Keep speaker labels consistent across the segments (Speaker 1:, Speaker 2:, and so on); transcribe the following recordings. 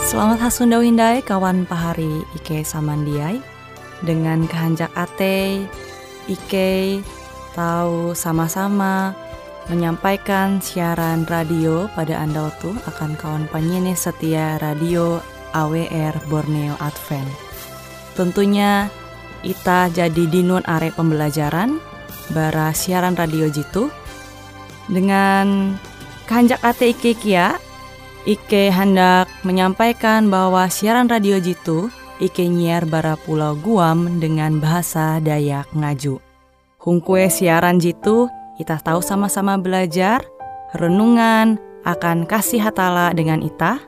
Speaker 1: Selamat hasundau hindai kawan pahari Ike samandiai. Dengan kehanjak ate Ike tahu sama-sama menyampaikan siaran radio pada Anda tuh akan kawan penyanyi setia radio AWR Borneo Advent. Tentunya ita jadi dinun are pembelajaran bara siaran radio jitu. Dengan kehanjak ate Ike kia, Ike hendak menyampaikan bahwa siaran radio jitu Ike nyiar bara Pulau Guam dengan bahasa Dayak Ngaju. Hungkue siaran jitu kita tahu sama-sama belajar renungan akan kasih hatala dengan ita,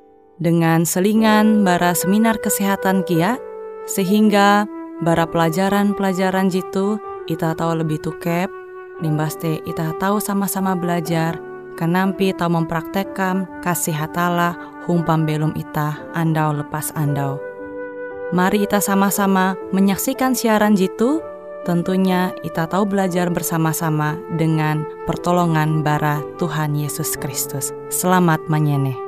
Speaker 1: dengan selingan bara seminar kesehatan kia, sehingga bara pelajaran-pelajaran jitu ita tahu lebih tukep, nimbaste ita tahu sama-sama belajar kenampi tau mempraktekkan kasih hatala humpam belum ita andau lepas andau. Mari kita sama-sama menyaksikan siaran jitu. Tentunya ita tahu belajar bersama-sama dengan pertolongan bara Tuhan Yesus Kristus. Selamat menyeneh.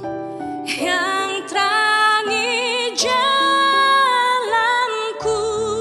Speaker 2: Yang terangi jalanku.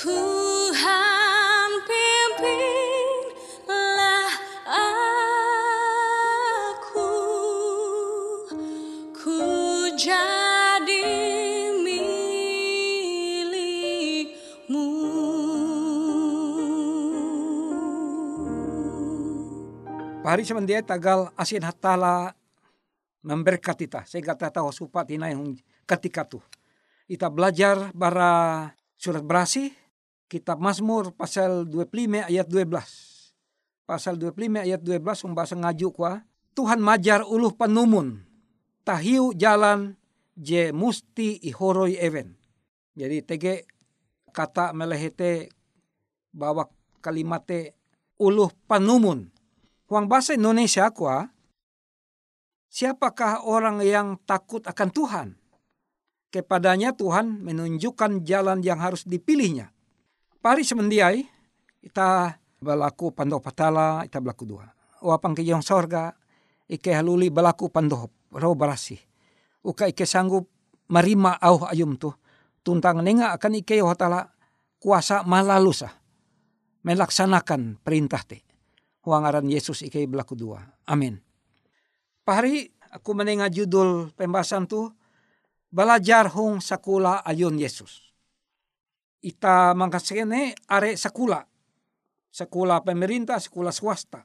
Speaker 1: Tuhan pimpinlah aku, ku jadi milik-Mu.
Speaker 2: Pahari semendia tagal asin hatala memberkati kita sehingga kita tahu supat ina yang ketika tuh kita belajar bara surat Berasi, kitab Mazmur pasal 25 ayat 12. Pasal 25 ayat 12 bahasa ngaju kuah, Tuhan majar uluh panumun, tahiu jalan je musti ihoroi even. Jadi tege kata melehete bawa kalimate uluh panumun. Huang bahasa Indonesia kuah, siapakah orang yang takut akan Tuhan? Kepadanya Tuhan menunjukkan jalan yang harus dipilihnya. Pari semendiai, kita berlaku pandoh patala, kita berlaku dua. Wapang ke yang sorga, ike haluli berlaku pandoh, roh Berasi. Uka ike sanggup marima au ayum tuh. Tuntang nenga akan ike yohatala kuasa malalusah. Melaksanakan perintah te. Huangaran Yesus ike berlaku dua. Amin. Pahari aku mendengar judul pembahasan tuh, belajar hong sakula ayun Yesus. Ita mangkasene are sakula. Sakula pemerintah, sakula swasta.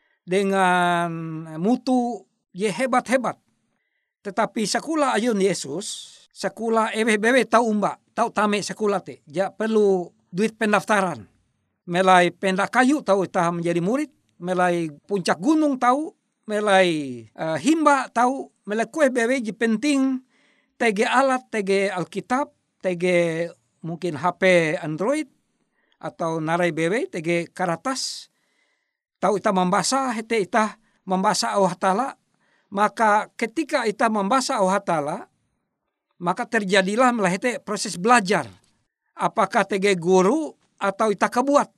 Speaker 2: Dengan mutu ye hebat-hebat. Tetapi sakula ayun Yesus, sakula bebe tau umba, tau tame sakula te. Ja perlu duit pendaftaran. Melai pendak kayu tau ita menjadi murid. Melai puncak gunung tau. Melai himba tau. Melai kue bebe je penting TG alat, TG Alkitab, TG mungkin HP Android, atau narai bewe, TG karatas. Tahu ita membaca, hete ita membaca Allah Ta'ala. Maka ketika ita membaca Allah Ta'ala, maka terjadilah melahete proses belajar. Apakah TG guru atau ita kebuat.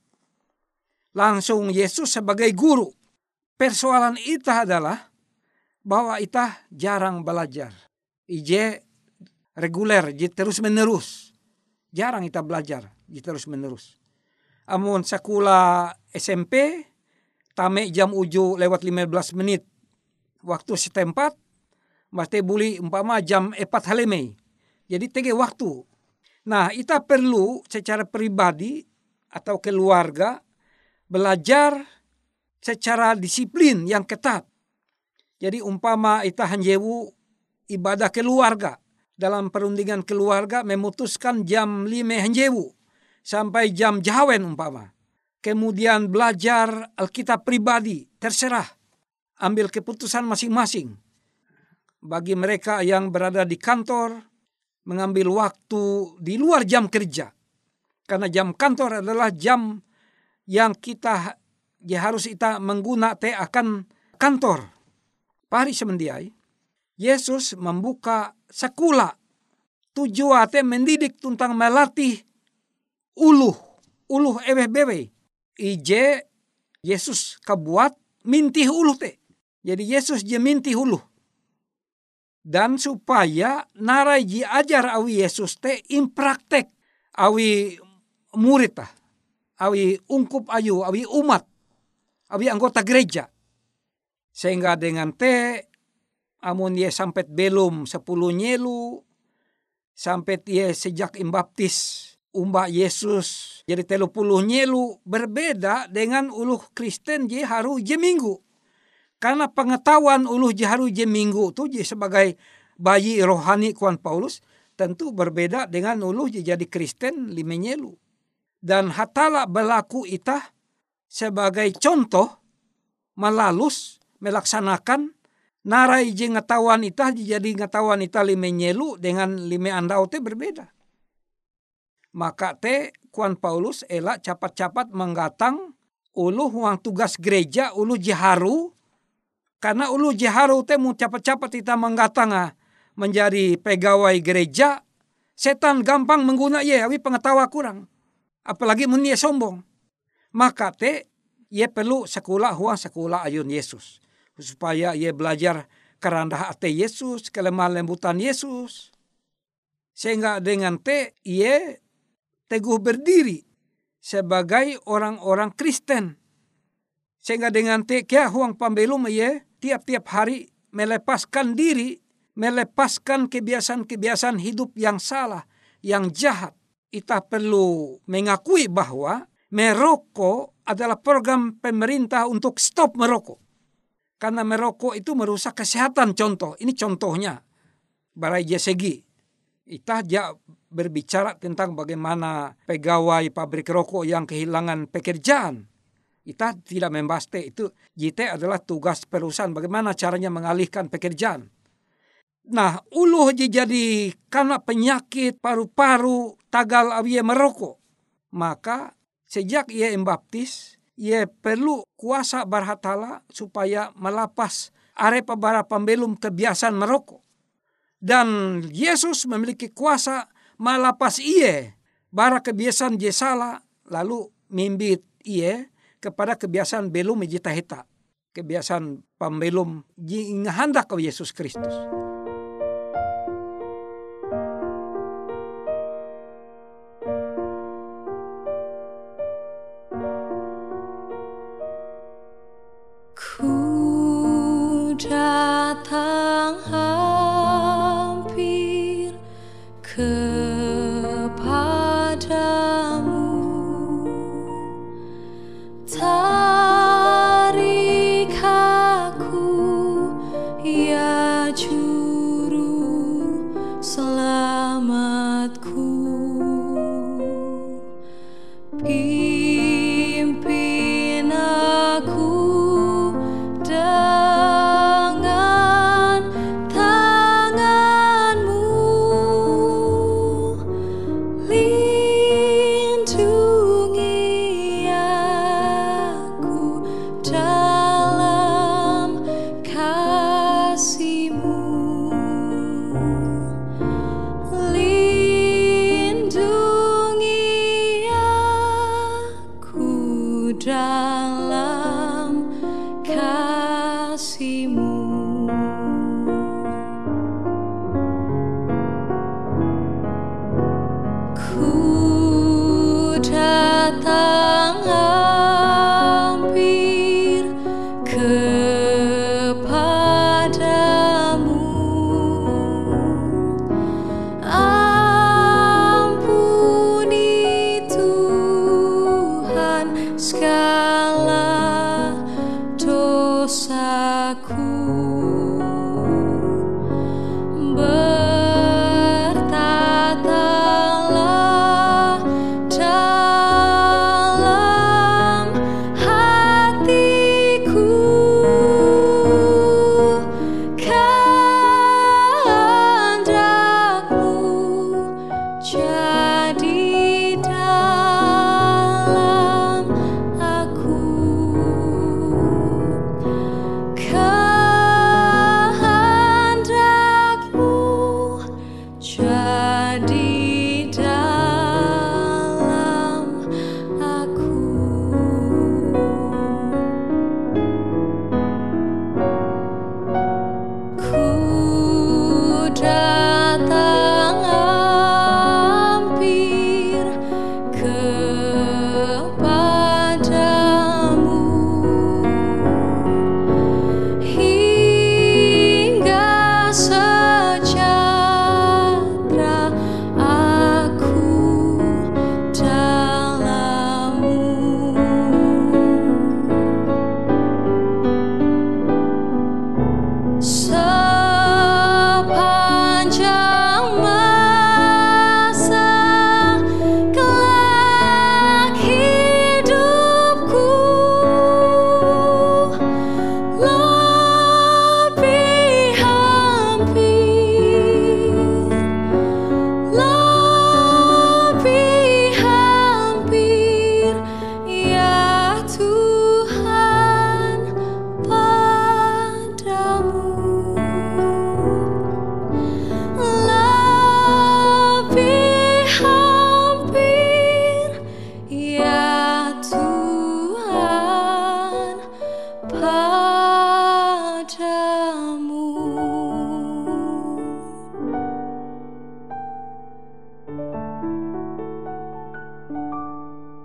Speaker 2: Langsung Yesus sebagai guru. Persoalan ita adalah bahwa ita jarang belajar. Ije reguler, jadi terus menerus. Jarang kita belajar, jadi terus menerus. Amun sakula SMP, tame jam uju lewat 15 menit. Waktu setempat, mesti buli umpama jam 4 halemei. Jadi tege waktu. Nah, kita perlu secara pribadi atau keluarga belajar secara disiplin yang ketat. Jadi umpama ita hanjewu ibadah keluarga. Dalam perundingan keluarga memutuskan jam 5 hanjewu sampai jam jawen umpama. Kemudian belajar Alkitab pribadi, terserah. Ambil keputusan masing-masing. Bagi mereka yang berada di kantor, mengambil waktu di luar jam kerja. Karena jam kantor adalah jam yang kita harus kita menggunakan akan kantor. Pari semendiai, Yesus membuka sakula. Tujuan mendidik tentang melatih uluh bebe. Ije Yesus kebuat mintih uluh te. Jadi Yesus je mintih uluh. Dan supaya narai ji ajar awi Yesus te impraktek awi murid tah. Awi ungkup ayu, awi umat, awi anggota gereja. Sehingga dengan te amun ye sampai belum 10 nyelu, sampai ye sejak imbaptis umba Yesus jadi 30 nyelu, berbeda dengan uluh Kristen je haru je minggu. Karena pengetahuan uluh je haru je minggu tu je sebagai bayi rohani kuan Paulus tentu berbeda dengan uluh je jadi Kristen 5 nyelu. Dan hatala berlaku itah sebagai contoh melalus melaksanakan narai je ngetahuan itah jadi ngetahuan itah 5 nyelu dengan 5 andau te berbeda. Maka te kuan Paulus elak capat-capat menggatang uluh huang tugas gereja uluh jiharu. Karena uluh jiharu te mu capat-capat kita menggatang menjadi pegawai gereja. Setan gampang mengguna ye awi pengetahuan kurang. Apalagi mun ye sombong. Maka te ye perlu sekolah huang sekolah ayun Yesus. Supaya ia belajar kerendah hati Yesus, kelemah lembutan Yesus. Sehingga dengan te ia teguh berdiri sebagai orang-orang Kristen. Sehingga dengan tekia huang pambelum ia tiap-tiap hari melepaskan diri, melepaskan kebiasaan-kebiasaan hidup yang salah, yang jahat. Kita perlu mengakui bahwa merokok adalah program pemerintah untuk stop merokok. Karena merokok itu merusak kesehatan contoh. Ini contohnya. Barai JSG. Kita berbicara tentang bagaimana pegawai pabrik rokok yang kehilangan pekerjaan. Kita tidak membahas itu. JT adalah tugas perusahaan. Bagaimana caranya mengalihkan pekerjaan. Nah, uluh jadi karena penyakit paru-paru tagal awie merokok. Maka sejak ia embaptis, ia perlu kuasa barhatala supaya melapas arepa bara pambelum kebiasaan merokok. Dan Yesus memiliki kuasa melapas ia bara kebiasaan jesala lalu mimbit ia kepada kebiasaan belum jita-hita. Kebiasaan pambelum hendak ke Yesus Kristus.
Speaker 3: Ku datang hampir kepadamu, tarik aku ya juru selamatku, pimpin aku dengan tanganmu, lindungi aku dalam kasih-Mu, lindungi aku dalam kasih-Mu. Ku datang hampir kepadamu, ampuni Tuhan segala dosaku, bertatalah dalam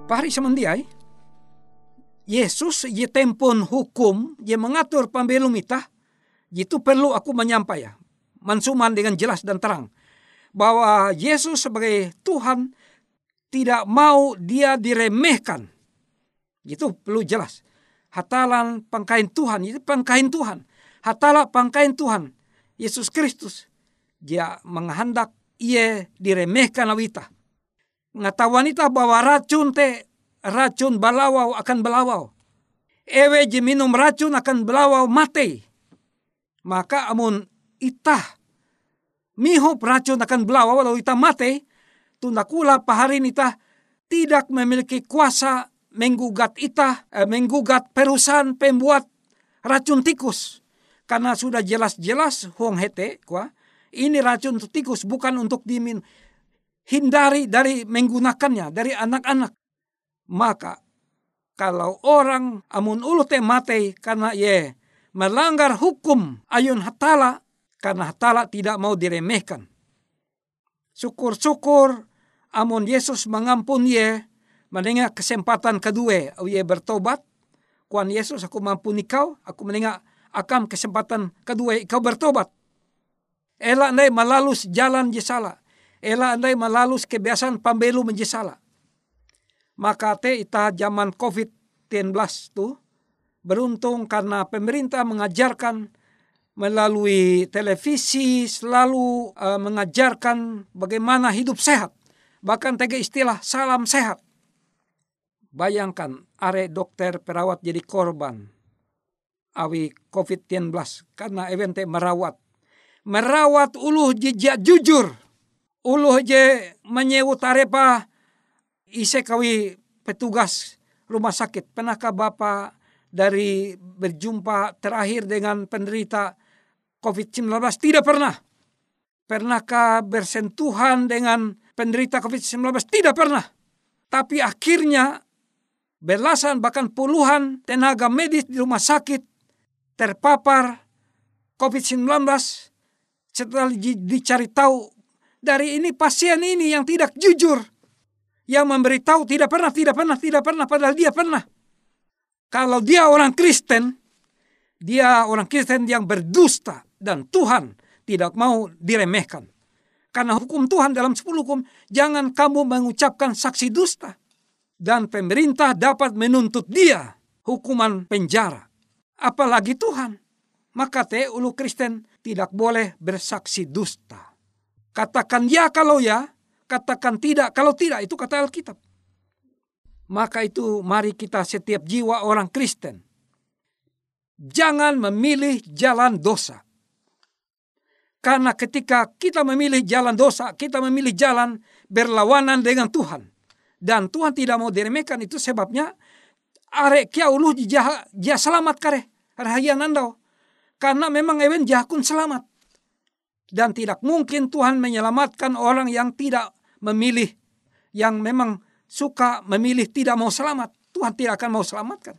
Speaker 2: Pari semendiai, Yesus ye tempon hukum, ye mengatur pambelum itah, itu perlu aku menyampaikan, mansuman dengan jelas dan terang, bahwa Yesus sebagai Tuhan tidak mau dia diremehkan. Itu perlu jelas. Hatalan pangkain Tuhan, itu pangkain Tuhan. Hatala pangkain Tuhan, Yesus Kristus. Dia menghendak ia diremehkan awita. Ngatahuan ita bahwa racun balawau akan belawau. Ewe je minum racun akan belawau mati. Maka amun itah mihup racun akan belawau lalu itah mati, tundakula paharin itah tidak memiliki kuasa menggugat perusahaan pembuat racun tikus. Karena sudah jelas-jelas huang hete ini racun tikus bukan untuk diminum. Hindari dari menggunakannya dari anak-anak. Maka kalau orang amun ulu te mati karena ye melanggar hukum ayun hatala, karena hatala tidak mau diremehkan. Syukur-syukur amun Yesus mengampun ye, mendengar kesempatan kedua ye bertobat. Kuan Yesus, aku mampuni kau, aku mendengar akan kesempatan kedua kau bertobat. Ela andai malalus jalan je salah. Ela andai malalus kebiasaan pambelu menje salah. Maka ita zaman COVID-19 tu beruntung karena pemerintah mengajarkan melalui televisi selalu mengajarkan bagaimana hidup sehat. Bahkan tega istilah salam sehat. Bayangkan are dokter perawat jadi korban awi COVID-19 karena evente merawat uluh jejak jujur. Uluh je menyewu tarepa ise kawi petugas rumah sakit. Pernahkah Bapak dari berjumpa terakhir dengan penderita COVID-19? Tidak pernah. Pernahkah bersentuhan dengan penderita COVID-19? Tidak pernah. Tapi akhirnya belasan bahkan puluhan tenaga medis di rumah sakit terpapar COVID-19 setelah dicari tahu dari ini pasien ini yang tidak jujur, yang memberitahu tidak pernah, padahal dia pernah. Kalau dia orang Kristen yang berdusta dan Tuhan tidak mau diremehkan. Karena hukum Tuhan dalam 10 hukum, jangan kamu mengucapkan saksi dusta. Dan pemerintah dapat menuntut dia hukuman penjara. Apalagi Tuhan. Maka ulu Kristen tidak boleh bersaksi dusta. Katakan ya kalau ya, katakan tidak kalau tidak, itu kata Alkitab. Maka itu mari kita setiap jiwa orang Kristen jangan memilih jalan dosa. Karena ketika kita memilih jalan dosa, kita memilih jalan berlawanan dengan Tuhan. Dan Tuhan tidak mau diremehkan, itu sebabnya arek kia uluh dia selamat kare rahayan andau. Karena memang ewen jahkun selamat. Dan tidak mungkin Tuhan menyelamatkan orang yang tidak memilih, yang memang suka memilih tidak mau selamat. Tuhan tidak akan mau selamatkan.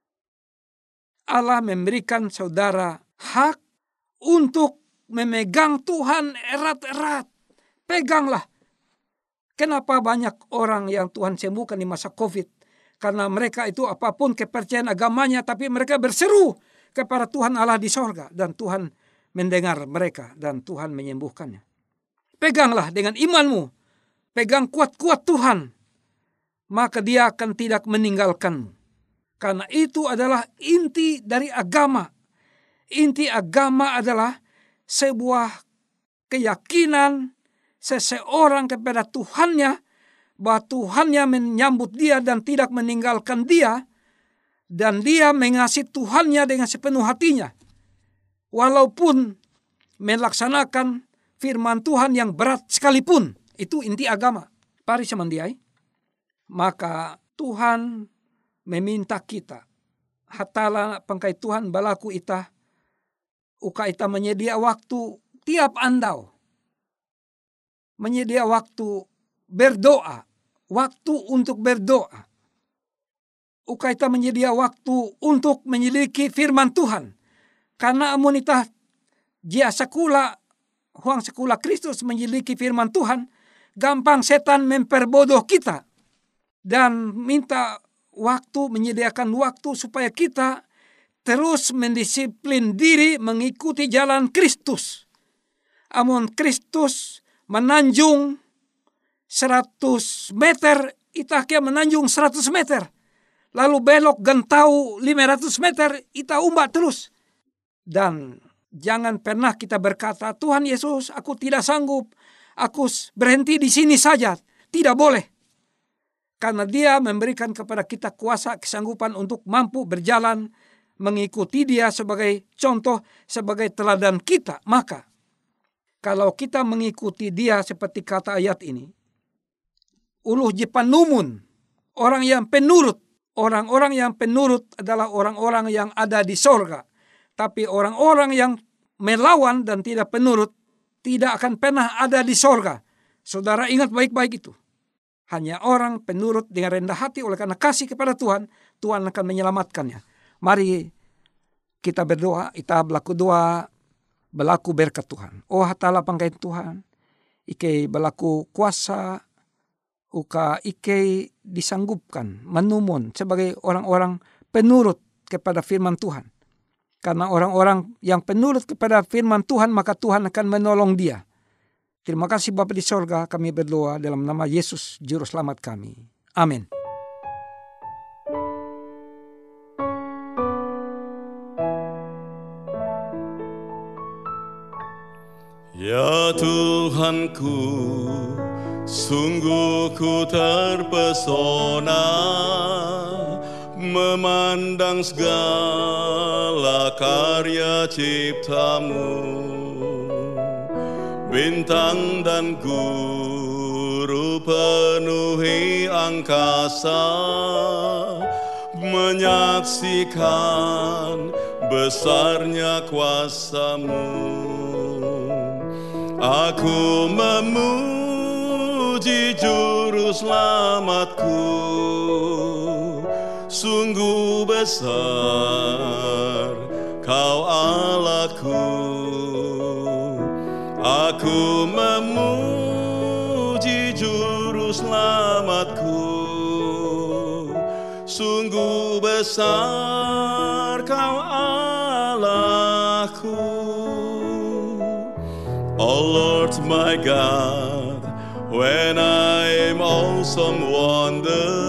Speaker 2: Allah memberikan saudara hak untuk memegang Tuhan erat-erat. Peganglah. Kenapa banyak orang yang Tuhan sembuhkan di masa COVID? Karena mereka itu apapun kepercayaan agamanya, tapi mereka berseru kepada Tuhan Allah di sorga. Dan Tuhan mendengar mereka dan Tuhan menyembuhkannya. Peganglah dengan imanmu. Pegang kuat-kuat Tuhan. Maka dia akan tidak meninggalkanmu. Karena itu adalah inti dari agama. Inti agama adalah sebuah keyakinan seseorang kepada Tuhannya, bahwa Tuhannya menyambut dia dan tidak meninggalkan dia, dan dia mengasihi Tuhannya dengan sepenuh hatinya. Walaupun melaksanakan firman Tuhan yang berat sekalipun, itu inti agama. Pari semandiai. Maka Tuhan meminta kita, hatala pangkai Tuhan balaku ita, uka ita menyedia waktu tiap andau. Menyedia waktu berdoa, waktu untuk berdoa. Uka ita menyedia waktu untuk menyelidiki firman Tuhan. Karena amun ita jia sekula, huang sekula Kristus menyelidiki firman Tuhan, gampang setan memperbodoh kita. dan minta waktu, menyediakan waktu supaya kita terus mendisiplin diri mengikuti jalan Kristus. Amun Kristus menanjung 100 meter, ita kia menanjung 100 meter. Lalu belok gentau 500 meter, ita umbat terus. Dan jangan pernah kita berkata, Tuhan Yesus, aku tidak sanggup, aku berhenti di sini saja. Tidak boleh. Karena Dia memberikan kepada kita kuasa, kesanggupan untuk mampu berjalan, mengikuti Dia sebagai contoh, sebagai teladan kita. Maka, kalau kita mengikuti Dia seperti kata ayat ini, uluh jipanumun, orang yang penurut. Orang-orang yang penurut adalah orang-orang yang ada di sorga. Tapi orang-orang yang melawan dan tidak penurut tidak akan pernah ada di sorga. Saudara ingat baik-baik itu. Hanya orang penurut dengan rendah hati oleh karena kasih kepada Tuhan, Tuhan akan menyelamatkannya. Mari kita berdoa, kita berlaku berkat Tuhan. Oh hatala pangkain Tuhan, ike berlaku kuasa, uka ike disanggupkan, menumun sebagai orang-orang penurut kepada firman Tuhan. Karena orang-orang yang penurut kepada firman Tuhan, maka Tuhan akan menolong dia. Terima kasih Bapa di sorga, kami berdoa dalam nama Yesus, Juru Selamat kami. Amin.
Speaker 4: Ya Tuhanku, sungguh ku terpesona memandang segala karya ciptamu. Bintang dan guru penuhi angkasa, menyaksikan besarnya kuasa-Mu. Aku memuji Juru Selamatku, sungguh besar Kau Allahku. Aku memuji Juru Selamatku, sungguh besar Kau Allahku. Oh Lord my God, when I am awesome wonder,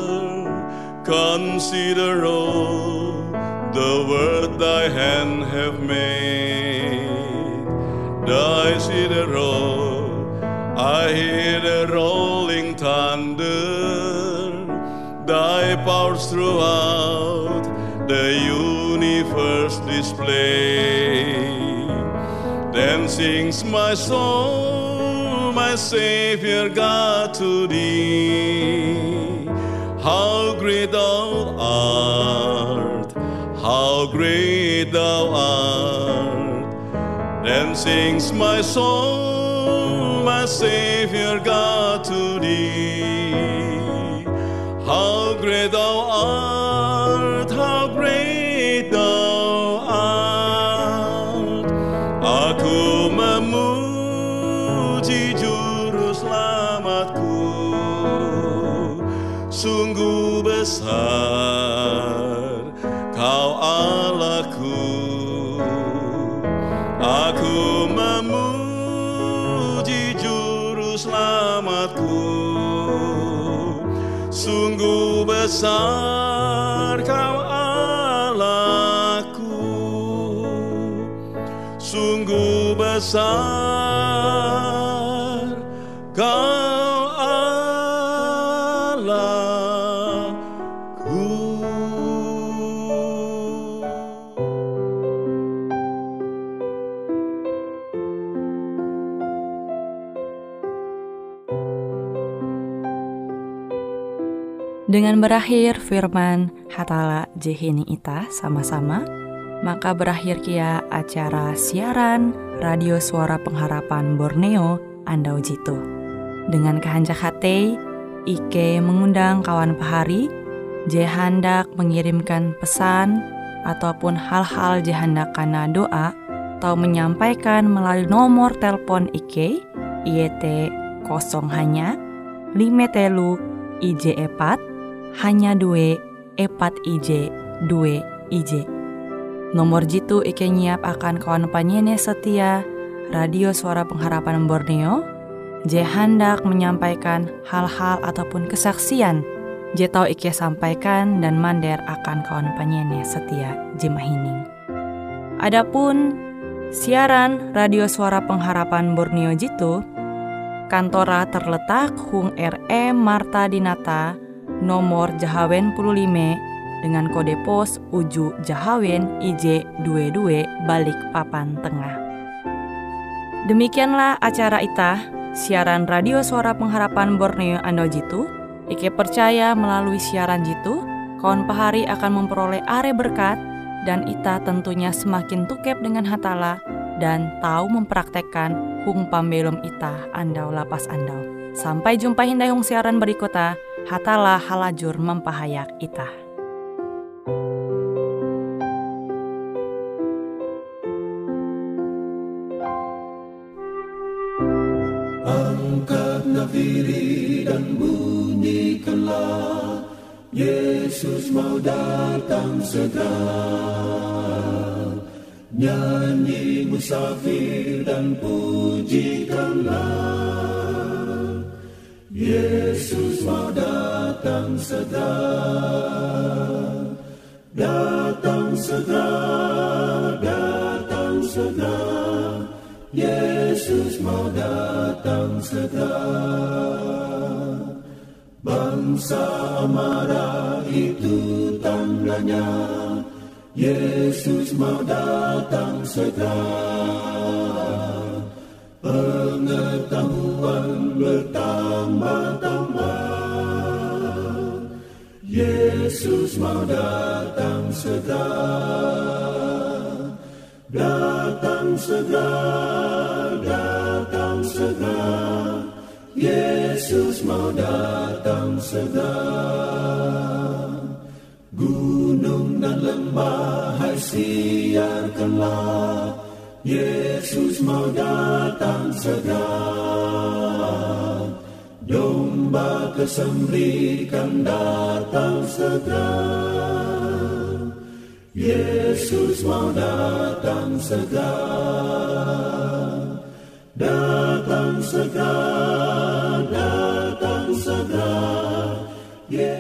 Speaker 4: consider all the world Thy hand have made. I see the roll, I hear the rolling thunder, Thy powers throughout the universe display. Then sings my soul, my Savior God, to Thee. How great Thou art, how great Thou art. Then sings my soul, my Savior God, to Thee. How great Thou art, how great Thou art. Aku memuji Juru Selamatku, sungguh besar Kau Allahku. Aku memuji Juru Selamatku, sungguh besar Kau Allahku, sungguh besar Kau
Speaker 1: Dengan berakhir firman hatala jehini ita sama-sama, maka berakhir kia acara siaran Radio Suara Pengharapan Borneo Andau Jitu. Dengan kehanjak hati, Ike mengundang kawan pahari, je hendak mengirimkan pesan ataupun hal-hal je hendak kana doa, atau menyampaikan melalui nomor telepon Ike, IET 0 hanya 5 telu IJ epat, hanya 2 epat IJ 2 IJ. Nomor jitu Ike nyiap akan kawan penyanyi setia Radio Suara Pengharapan Borneo, je hendak menyampaikan hal-hal ataupun kesaksian je tau Ike sampaikan dan mander akan kawan penyanyi setia Jemahining. Adapun siaran Radio Suara Pengharapan Borneo jitu, kantora terletak Hung RE Marta Dinata, nomor Jahawen 15 dengan kode pos Uju Jahawen IJ 22 Balikpapan Tengah. Demikianlah acara ita, siaran Radio Suara Pengharapan Borneo Ando jitu. Ike percaya melalui siaran jitu, kawan pahari akan memperoleh are berkat dan ita tentunya semakin tukep dengan hatala dan tahu mempraktekkan hung pambelum ita andau lapas andau. Sampai jumpa hindai hung siaran berikutnya, hatala halajur mempahayak ita.
Speaker 5: Angkat nafiri dan bunyikanlah, Yesus mau datang segera. Nyanyi musafir dan pujikanlah, Yesus mau datang segera. Datang segera, datang segera, Yesus mau datang segera. Bangsa marah itu tandanya, Yesus mau datang segera. Pengetahuan bertambah-tambah, Yesus mau datang segera. Datang segera, datang segera, Yesus mau datang segera. Gunung dan lembah hai siarkanlah, Yesus mau datang segera. Domba kesembelihan datang segera, Yesus mau datang segera. Datang segera, datang segera,